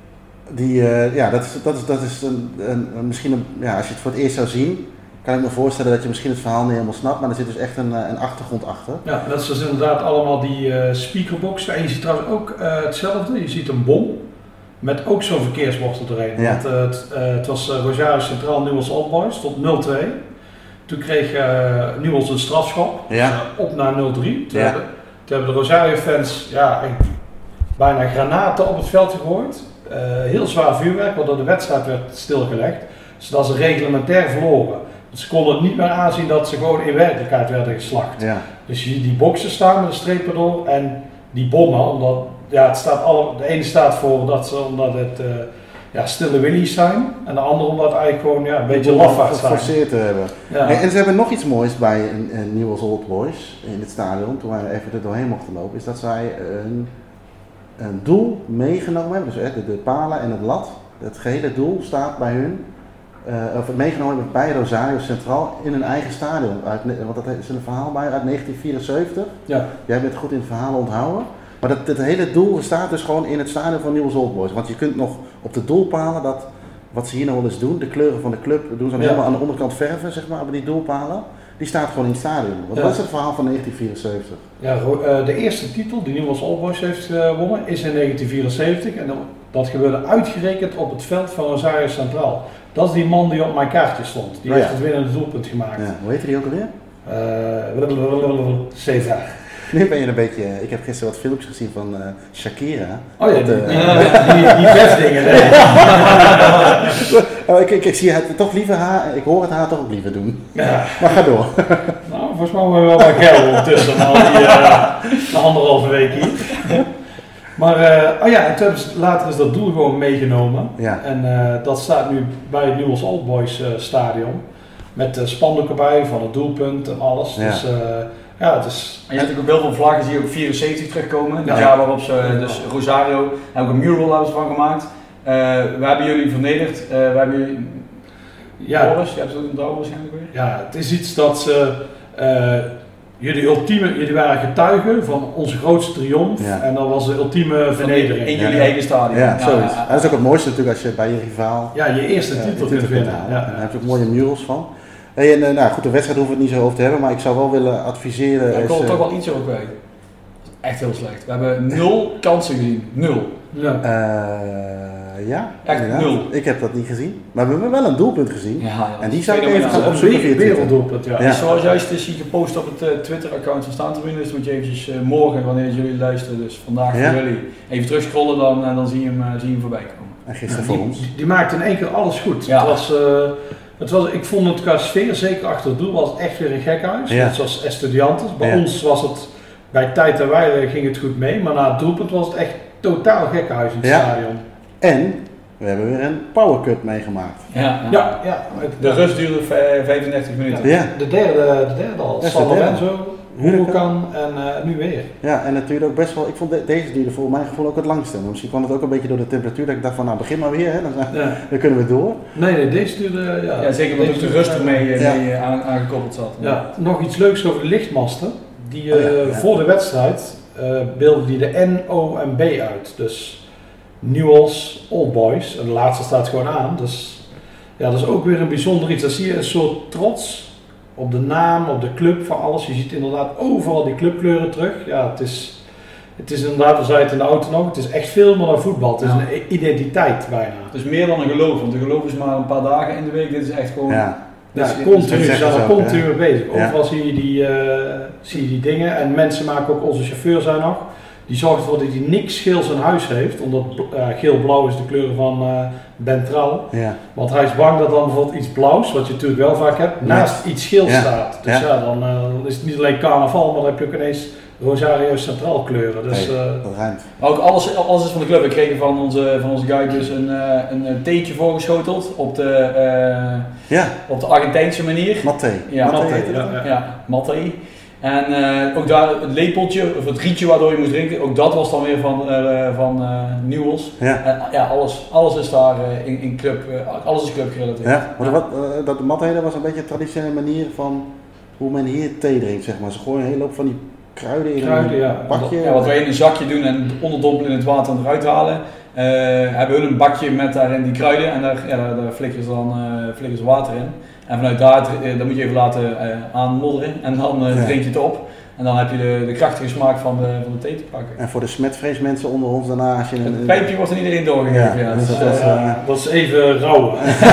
die, uh, ja, dat is, dat is, dat is een, een, een, misschien een, ja, als je het voor het eerst zou zien, kan ik me voorstellen dat je misschien het verhaal niet helemaal snapt, maar er zit dus echt een, een achtergrond achter. Ja, dat is dus inderdaad allemaal die uh, speakerboxen. En je ziet trouwens ook uh, hetzelfde, je ziet een bom met ook zo'n verkeerswortel erheen. Ja. Want, uh, het, uh, het was uh, Rosario Centraal Newell's Old Boys, stond nul twee. Toen kreeg uh, Newell's een strafschop, Ja. uh, op naar nul drie. Toen, Ja. hebben, toen hebben de Rosario fans ja, bijna granaten op het veld gegooid. Uh, heel zwaar vuurwerk, waardoor de wedstrijd werd stilgelegd. Zodat ze reglementair verloren. Ze konden het niet meer aanzien dat ze gewoon in werkelijkheid werden geslacht. Ja. Dus je ziet die boxen staan met de strepen door en die bommen, omdat ja, het staat alle, de ene staat voor dat ze, omdat het uh, ja, stille willies zijn en de andere omdat het eigenlijk gewoon ja, een beetje lafaards zijn. Geforceerd te hebben. Ja. En, en ze hebben nog iets moois bij een, een Newell's Old Boys in het stadion, toen wij even er doorheen mochten lopen, is dat zij een, een doel meegenomen hebben, dus de, de palen en het lat, het gehele doel staat bij hun. Uh, of meegenomen hebben bij Rosario Centraal in een eigen stadion. Uit, want dat is een verhaal bij uit negentien vierenzeventig. Ja. Jij bent goed in het verhaal onthouden. Maar dat, het hele doel staat dus gewoon in het stadion van Newell's Old Boys. Want je kunt nog op de doelpalen, dat, wat ze hier nog wel eens doen, de kleuren van de club, doen ze dan Ja. helemaal aan de onderkant verven, zeg maar, bij die doelpalen. Die staat gewoon in het stadion. Wat Ja. was het verhaal van negentien vierenzeventig? Ja, uh, de eerste titel die Newell's Old Boys heeft gewonnen is in negentien vierenzeventig en dat gebeurde uitgerekend op het veld van Rosario Centraal. Dat is die man die op mijn kaartje stond. Die Oh, heeft ja. het winnende doelpunt gemaakt. Ja, hoe heette die ook alweer? Uh, Cesar. Nu ben je een beetje, ik heb gisteren wat filmpjes gezien van uh, Shakira. Oh ja, Dat, die, uh, die, die, die bestdingen. Nee. oh, ik, ik, ik zie het toch liever haar, ik hoor het haar toch ook liever doen. Ja. Maar ga door. Nou, volgens mij hebben we wel wat geld ondertussen na, die, uh, na anderhalve week hier. Maar, uh, oh ja, en toen hebben ze later is dat doel gewoon meegenomen. Ja. En uh, dat staat nu bij het Newell's Old Boys uh, stadion. Met de spandoek erbij van het doelpunt en alles. Ja. Dus uh, ja, het is... En je hebt ook op heel veel vlaggen zie je ook vierenzeventig terugkomen. Het Ja. jaar waarop ze, dus Rosario, en ook een mural hebben ze van gemaakt. Uh, we hebben jullie vernederd. Uh, we hebben jullie... Ja, Boris, je hebt het ook onthouden waarschijnlijk weer. ja, het is iets dat ze... Uh, jullie, ultieme, jullie waren getuigen van onze grootste triomf. Ja. En dat was de ultieme vernedering. In jullie Ja. eigen stadion. Ja, zoiets. ja, En dat is ook het mooiste natuurlijk als je bij je rivaal Ja, je eerste uh, titel je kunt winnen. halen. Ja, En daar ja. heb je ook mooie murals van. Hey, en, uh, nou goed, de wedstrijd hoeven we het niet zo over te hebben, maar ik zou wel willen adviseren. Daar is, komt uh, toch wel iets over kwijt. Dat is echt heel slecht. We hebben nul kansen gezien. Nul. Ja. uh, ja, Echt inderdaad. nul. Ik heb dat niet gezien. Maar we hebben wel een doelpunt gezien. Ja, ja, En die zou ik even gaan Dat is opzoeken een via Twitter. werelddoelpunt, ja. Ja. Zoals juist is hij gepost op het uh, Twitter-account van Staantribune, dus moet je eventjes uh, morgen, wanneer jullie luisteren, dus vandaag Ja. voor jullie, even terugscrollen dan, en dan zie je hem, uh, zie je hem voorbij komen. En gisteren Ja, voor die, ons. die, die maakte in één keer alles goed. Ja. Het was, uh, het was, ik vond het qua sfeer, zeker achter het doel, was het echt weer een gekhuis. Ja. Net zoals Estudiantes. Bij Ja. ons was het, bij tijd en wijle ging het goed mee, maar na het doelpunt was het echt totaal gekhuis in het Ja. stadion. En we hebben weer een Power Cup meegemaakt. Ja, ja. Ja, ja. het- De rust duurde vij- vijfendertig minuten. Ja, De derde, de derde al. Dat is de San derde. Lorenzo, Huracan en uh, nu weer. ja, en het duurde ook best wel. Ik vond de- deze duurde voor mijn gevoel ook het langste. Maar misschien kwam het ook een beetje door de temperatuur. Dat ik dacht van nou begin maar weer, hè, dan, zijn- Ja. dan kunnen we door. Nee, nee, deze duurde... Ja, Ja, zeker omdat ook deze de rust duurde- ermee uh, Ja. mee, uh, aan, aangekoppeld zat. Ja, nog iets leuks over de lichtmasten. Die uh, Oh ja, ja. voor de wedstrijd uh, beelden die de N, O en B uit. Dus Newell's Old Boys. En de laatste staat gewoon aan. Dus ja, dat is ook weer een bijzonder iets. Dan zie je een soort trots op de naam, op de club, van alles. Je ziet inderdaad overal die clubkleuren terug. Ja, het is, het is inderdaad, we zeiden het in de auto nog, het is echt veel meer dan voetbal. Het is Ja. een identiteit bijna. Het is meer dan een geloof, want de geloof is maar een paar dagen in de week. Dit is echt gewoon... Ja, Ja, Dus- continu, dat ze zeggen zijn ze er ook, continu hè? mee bezig. Ja. Overal zie je, die, uh, zie je die dingen en mensen maken ook, onze chauffeur zijn nog, die zorgt ervoor dat hij niks geels in huis heeft, omdat uh, geel-blauw is de kleur van uh, Ben Trouw. ja. Want hij is bang dat dan bijvoorbeeld iets blauws, wat je natuurlijk wel vaak hebt, naast iets geels Ja. staat. Dus Ja. ja, dan, uh, dan is het niet alleen carnaval, maar dan heb je ook ineens Rosario Centraal kleuren. Dus, Hey, uh, dat ruimt. Maar ook alles, alles is van de club. We kregen van onze, van onze guide dus een, uh, een, een theetje voorgeschoteld op de, uh, Ja, op de Argentijnse manier. Matte. Ja, Matte Matte, heette ja, dat. ja. Ja, matte. En uh, ook daar het lepeltje, of het rietje waardoor je moest drinken, ook dat was dan weer van, uh, van uh, Newell's. Ja. En ja, alles, alles is daar uh, in, in club, uh, alles is club gerelateerd. Ja, maar wat, uh, dat Matte was een beetje een traditionele manier van hoe men hier thee drinkt, zeg maar. Ze gooien een hele hoop van die kruiden in Kruiden, een ja. bakje. Ja, wat wij in een zakje doen en onderdompelen in het water en eruit halen. Uh, hebben hun een bakje met daarin die kruiden en daar, ja, daar, daar flikkeren ze dan uh, flikkeren ze water in. En vanuit daar, uh, dat moet je even laten uh, aanmodderen en dan uh, ja. drink je het op. En dan heb je de, de krachtige smaak van de, van de thee te pakken. En voor de smetvreesmensen onder ons daarna, als je een... Het pijpje wordt aan iedereen doorgegeven. Ja, ja, dus, dat, uh, was, uh, dat is even rauw.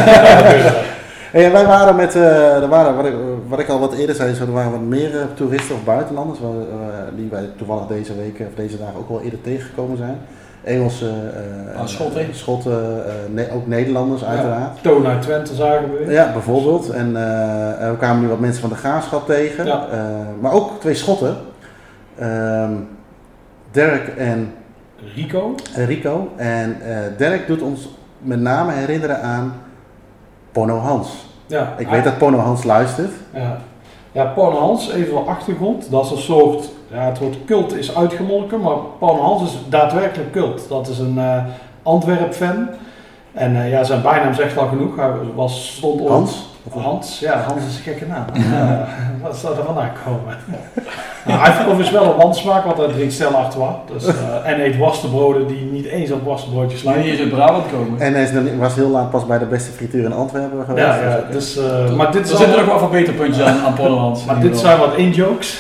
Hey, wij waren met, uh, er waren, wat, ik, wat ik al wat eerder zei, er waren wat meer uh, toeristen of buitenlanders, waar, uh, die wij toevallig deze week of deze dagen ook wel eerder tegengekomen zijn. Engelse, uh, ah, Schotten, Schotten uh, ne- ook Nederlanders ja, uiteraard. Toon uit Twente zagen we weer. Ja, bijvoorbeeld. En uh, we kwamen nu wat mensen van de Graafschap tegen, ja. uh, maar ook twee Schotten, uh, Derek en Rico. Rico. En uh, Derek doet ons met name herinneren aan Porno Hans. Ja, ik weet dat Porno Hans luistert. Ja, ja Porno Hans, even wat achtergrond. Dat is een soort, ja, het woord cult is uitgemolken, maar Porno Hans is daadwerkelijk cult. Dat is een uh, Antwerp-fan. En uh, ja, zijn bijnaam zegt al genoeg. Hij was, stond op Hans? Hans, ja, Hans is een gekke naam. uh, wat zou er vandaan komen? Nou, hij heeft overigens wel een wansmaak, want hij drinkt Stella Artois. Dus, uh, en eet worstenbroden die niet eens op worstenbroodjes lijken. Die niet eens uit Brabant komen. En hij is dan, was heel laat pas bij de beste frituur in Antwerpen geweest. Ja, ja dus, uh, maar dit er zitten ook wel verbeterpuntjes aan, aan Porno Hans. Maar dit zijn wat in-jokes.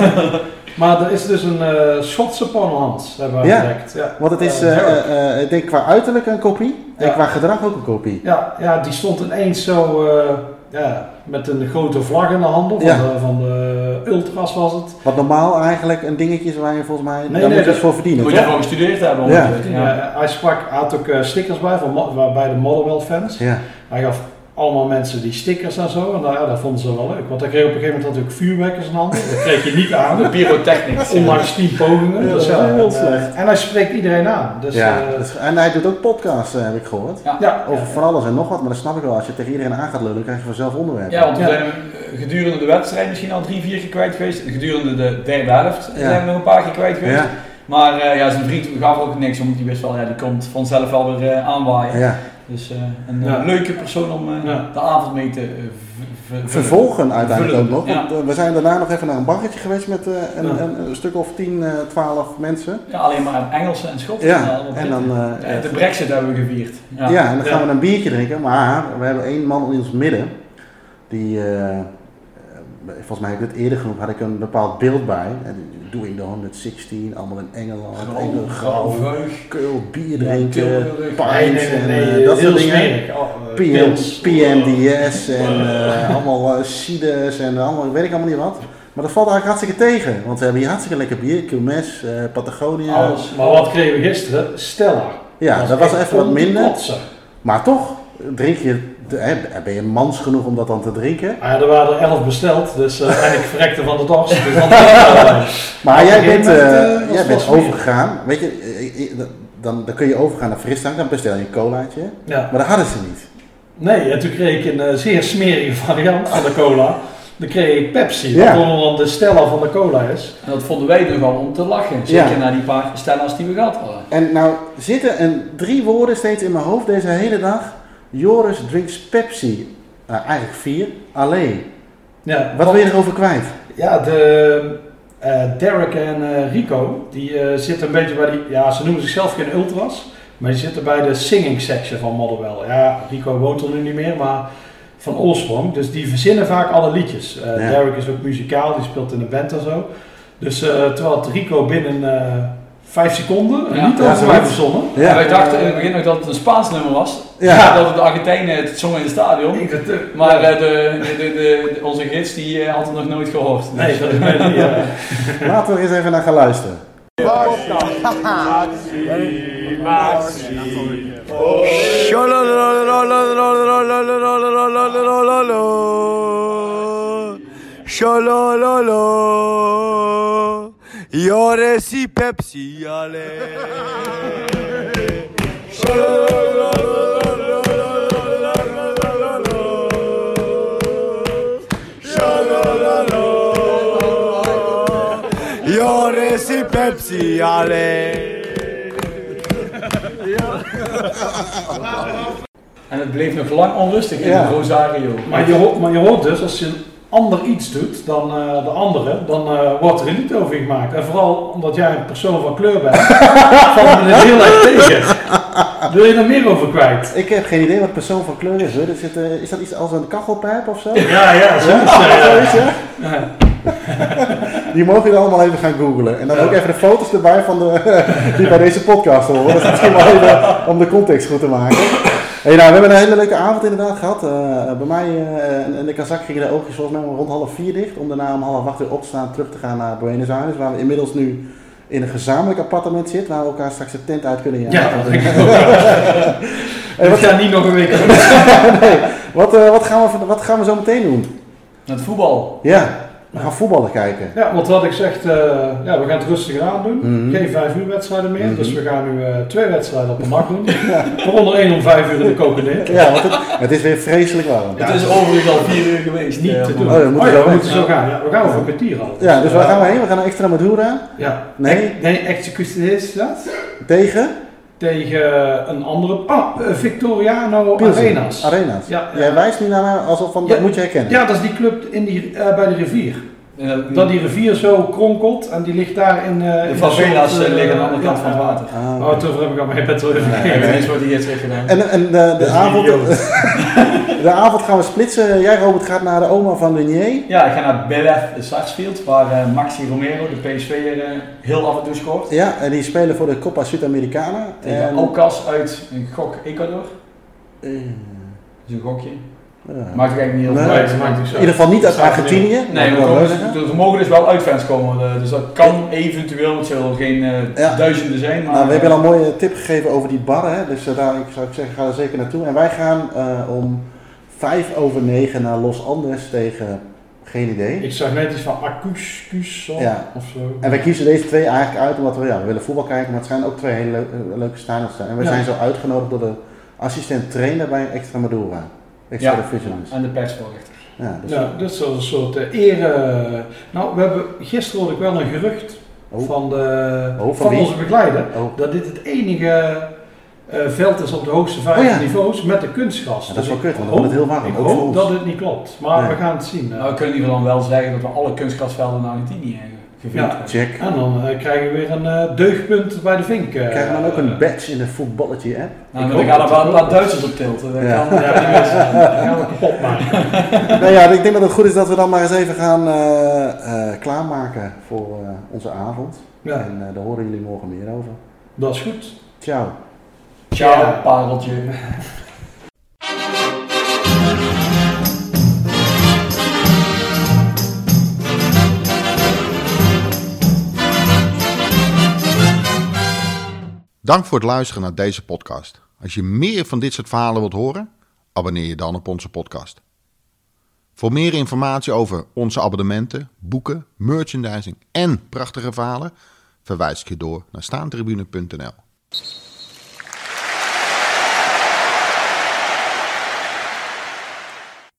Maar er is dus een uh, Schotse Porno Hans, hebben we ja, ontdekt. Ja, want het is, uh, uh, uh, ik denk qua uiterlijk een kopie, en ja. qua gedrag ook een kopie. Ja, ja die stond ineens zo, uh, ja, met een grote vlag in de handel, van, ja. de, van de Ultras was het. Wat normaal eigenlijk een dingetje is waar je volgens mij, nee, daar nee, moet je dus voor verdienen. Moet je gewoon gestudeerd hebben. Ja. Ja. Ja, hij sprak, hij had ook uh, stickers bij, van, bij de Motherwell fans. Ja. Hij gaf allemaal mensen die stickers en zo, en nou, ja, dat vonden ze wel leuk. Want hij kreeg op een gegeven moment natuurlijk vuurwerkers in handen, dat kreeg je niet aan. De pyrotechnics. Ondanks tien pogingen. Ja, dus, dat is ja, heel en, slecht. en hij spreekt iedereen aan. Dus, ja, uh, dus, en hij doet ook podcasts, uh, heb ik gehoord. Ja. Ja, Over ja, van alles en nog wat, maar dat snap ik wel. Als je tegen iedereen aan gaat lullen, krijg je vanzelf onderwerpen. Ja, want we ja. zijn gedurende de wedstrijd misschien al drie, vier keer kwijt geweest. Gedurende de derde helft ja. zijn we nog een paar keer kwijt geweest. Ja. Maar uh, ja, zijn vriend gaf ook niks, omdat hij wist wel, ja, die komt vanzelf wel weer uh, aanwaaien. Ja. Dus uh, een ja. uh, leuke persoon om uh, ja. de avond mee te uh, v- v- vervolgen uiteindelijk vullen. ook nog. Ja. Want, uh, we zijn daarna nog even naar een barretje geweest met uh, een, Ja. een, een stuk of tien, twaalf mensen. Ja, alleen maar Engelsen en Schotten. Ja, en dan, uh, ja, de Brexit hebben we gevierd. Ja, ja en dan gaan ja. we een biertje drinken, maar we hebben één man in ons midden. Die, uh, volgens mij heb ik dit eerder genoemd, had ik een bepaald beeld bij. Doing the honderdzestien, allemaal in Engeland, Engel, grauw, keul, bier drinken, ja, pints nee, nee, nee, en uh, dat soort dingen. Oh, uh, P M D S en uh, allemaal uh, cides en uh, allemaal, weet ik allemaal niet wat. Maar dat valt eigenlijk hartstikke tegen, want we hebben hier hartstikke lekker bier, Quilmes, uh, Patagonia. Alles. Maar wat kregen we gisteren? Stella. Ja, dat, dat was even wat minder. Kotsen. Maar toch drink je, hè, ben je mans genoeg om dat dan te drinken? Ah, ja, er waren er elf besteld, dus uh, en ik verrekte van de dorst. Dus dan maar jij bent, uh, uh, jij bent overgegaan, weet je, dan, dan kun je overgaan naar frisdrank, dan bestel je een colaatje. Ja. Maar dat hadden ze niet. Nee, en toen kreeg ik een uh, zeer smerige variant van de cola. Dan kreeg ik Pepsi, ja. wat dan de Stella van de cola is. En dat vonden wij nogal om te lachen, zeker ja. na die paar Stella's die we gehad hadden. En nou zitten een, drie woorden steeds in mijn hoofd deze hele dag. Joris drinks Pepsi. Uh, eigenlijk vier. Alleen. Ja, Wat wil je erover kwijt? Ja, de uh, Derek en uh, Rico, die uh, zitten een beetje bij die, ja, ze noemen zichzelf geen ultras, maar die zitten bij de singing section van Motherwell. Ja, Rico woont er nu niet meer, maar van oorsprong, dus die verzinnen vaak alle liedjes. Uh, ja. Derek is ook muzikaal, die speelt in een band en zo. Dus uh, terwijl het Rico binnen uh, vijf seconden een ja, lied over mij verzonnen. Ja. En wij dachten in het begin nog dat het een Spaans nummer was. Ja. Ja, dat het de Argentijnen het zongen in het stadion. Ik, dat, uh, maar uh, de, de, de, de, onze gids die uh, had het nog nooit gehoord. Dus. Nee, dat is mij niet. Uh... Laten we er eens even naar gaan luisteren. Joris y Pepsi, ale. Joris y Pepsi, ale. En het bleef nog lang onrustig in ja. Rosario. Maar je, hoort, maar je hoort dus, als je ander iets doet dan uh, de anderen, dan uh, wordt er niet over gemaakt. En vooral omdat jij een persoon van kleur bent, valt me dit heel erg tegen. Wil je er meer over kwijt? Ik heb geen idee wat persoon van kleur is. Hoor. Is, het, uh, is dat iets als een kachelpijp of zo? Ja, ja, zo is het. Ja. Ja. Die mogen jullie allemaal even gaan googlen. En dan ja. ook even de foto's erbij van de, die bij deze podcast horen. Dat is misschien wel even om de context goed te maken. Hey, nou, we hebben een hele leuke avond inderdaad gehad. Uh, bij mij uh, en de Kazak gingen de oogjes volgens mij rond half vier dicht. Om daarna om half acht uur op te staan terug te gaan naar Buenos Aires. Waar we inmiddels nu in een gezamenlijk appartement zitten. Waar we elkaar straks de tent uit kunnen jagen. Ja, dat denk ik ook. Hey, wat gaan niet nog een week doen? Nee, wat, uh, wat, gaan we, wat gaan we zo meteen doen? Het voetbal. Ja. We gaan voetballen kijken. Ja, want wat ik zeg, uh, ja, we gaan het rustiger aan doen. Mm-hmm. Geen vijf uur wedstrijden meer. Mm-hmm. Dus we gaan nu uh, twee wedstrijden op de mak doen. Waaronder één om vijf uur in de kokeneer. Ja, want het, het is weer vreselijk warm. Ja, het is overigens al vier uur geweest. Niet uh, te doen. Oh, ja, we moeten, oh, ja, zo, we moeten zo gaan. Ja, we gaan over een kwartier al. Ja, dus waar gaan we heen? We gaan naar Extremadura. Ja. Nee. Nee, Executies dat? Tegen? Tegen een andere... Ah, uh, Victoriano Pilsen. Arenas. Arenas. Ja, ja. Jij wijst nu naar mij alsof van, Ja. dat moet je herkennen. Ja, dat is die club in die, uh, bij de rivier. Ja, Dat die rivier zo kronkelt en die ligt daar in... Uh, de in favelas soort, uh, liggen aan de andere kant ja, van het water. Ah, Oh, het over heb ik al mijn bed wel even Nee, gekeken. nee, nee. Wat hij heeft gedaan. En, en de, de, avond, de avond gaan we splitsen. Jij, Robert, gaat naar de oma van Lunier. Ja, ik ga naar Bellef Sarsfield, waar uh, Maxi Romero, de P S V'er, uh, heel af en toe scoort. Ja, en die spelen voor de Copa Sudamericana. Tegen En, Ocas uit een gok Ecuador. uh, Dat is een gokje. ja. Maakt ook eigenlijk niet heel Nee, veel uit. dat maakt niet In zo. ieder geval niet uit Dat staat Argentinië. Nee, maar we, wel komen, leuk, hè? dus, er mogen dus wel uitfans komen. uh, Dus dat kan eventueel, het zullen geen uh, Ja. duizenden zijn. Maar, Nou, we hebben al een mooie tip gegeven over die barren, hè? Dus uh, daar ik zou ik zeggen, ga er zeker naartoe. En wij gaan uh, om vijf over negen naar Los Andes tegen, geen idee. Ik zag net iets van Acuscus Ja. of zo. En wij kiezen deze twee eigenlijk uit omdat we, ja, we willen voetbal kijken, maar het zijn ook twee hele leu- leuke stadions. En we Ja. zijn zo uitgenodigd door de assistent trainer bij Extremadura. Extra Ja, Divisions. en de persvoorlichter. Ja, dus Ja, dit is een soort uh, ere... Nou, we hebben, gisteren hoorde ik wel een gerucht Oh. van, de, Oh, van van wie? onze begeleider, Oh. dat dit het enige uh, veld is op de hoogste vijf Oh ja. niveaus met de kunstgras. Ja, dat is Dus wel ik kut, want dan wordt het hoop- heel warm, Ik ook voor hoop ons. dat het niet klopt, maar Nee. we gaan het zien. uh. Nou, we kunnen in ieder geval wel zeggen dat we alle kunstgrasvelden in Argentinië gevind Ja. hebben. check. En dan uh, krijgen we weer een uh, deugdpunt bij de Vink. Uh, Krijgen we dan ook een badge in de Voetballetje app? Nou, Ik dan hoop gaan er het, wel ik een hoop paar Duitsers op tilten. Dat Ja. kan, Ja, kan niet mis zijn. dat gaan we kapot maken. Nou ja, ik denk dat het goed is dat we dan maar eens even gaan uh, uh, klaarmaken voor uh, onze avond. Ja, En uh, daar horen jullie morgen meer over. dat is goed. Ciao. Ciao, Ja. pareltje. Dank voor het luisteren naar deze podcast. Als je meer van dit soort verhalen wilt horen, abonneer je dan op onze podcast. Voor meer informatie over onze abonnementen, boeken, merchandising en prachtige verhalen, verwijs ik je door naar staantribune punt n l.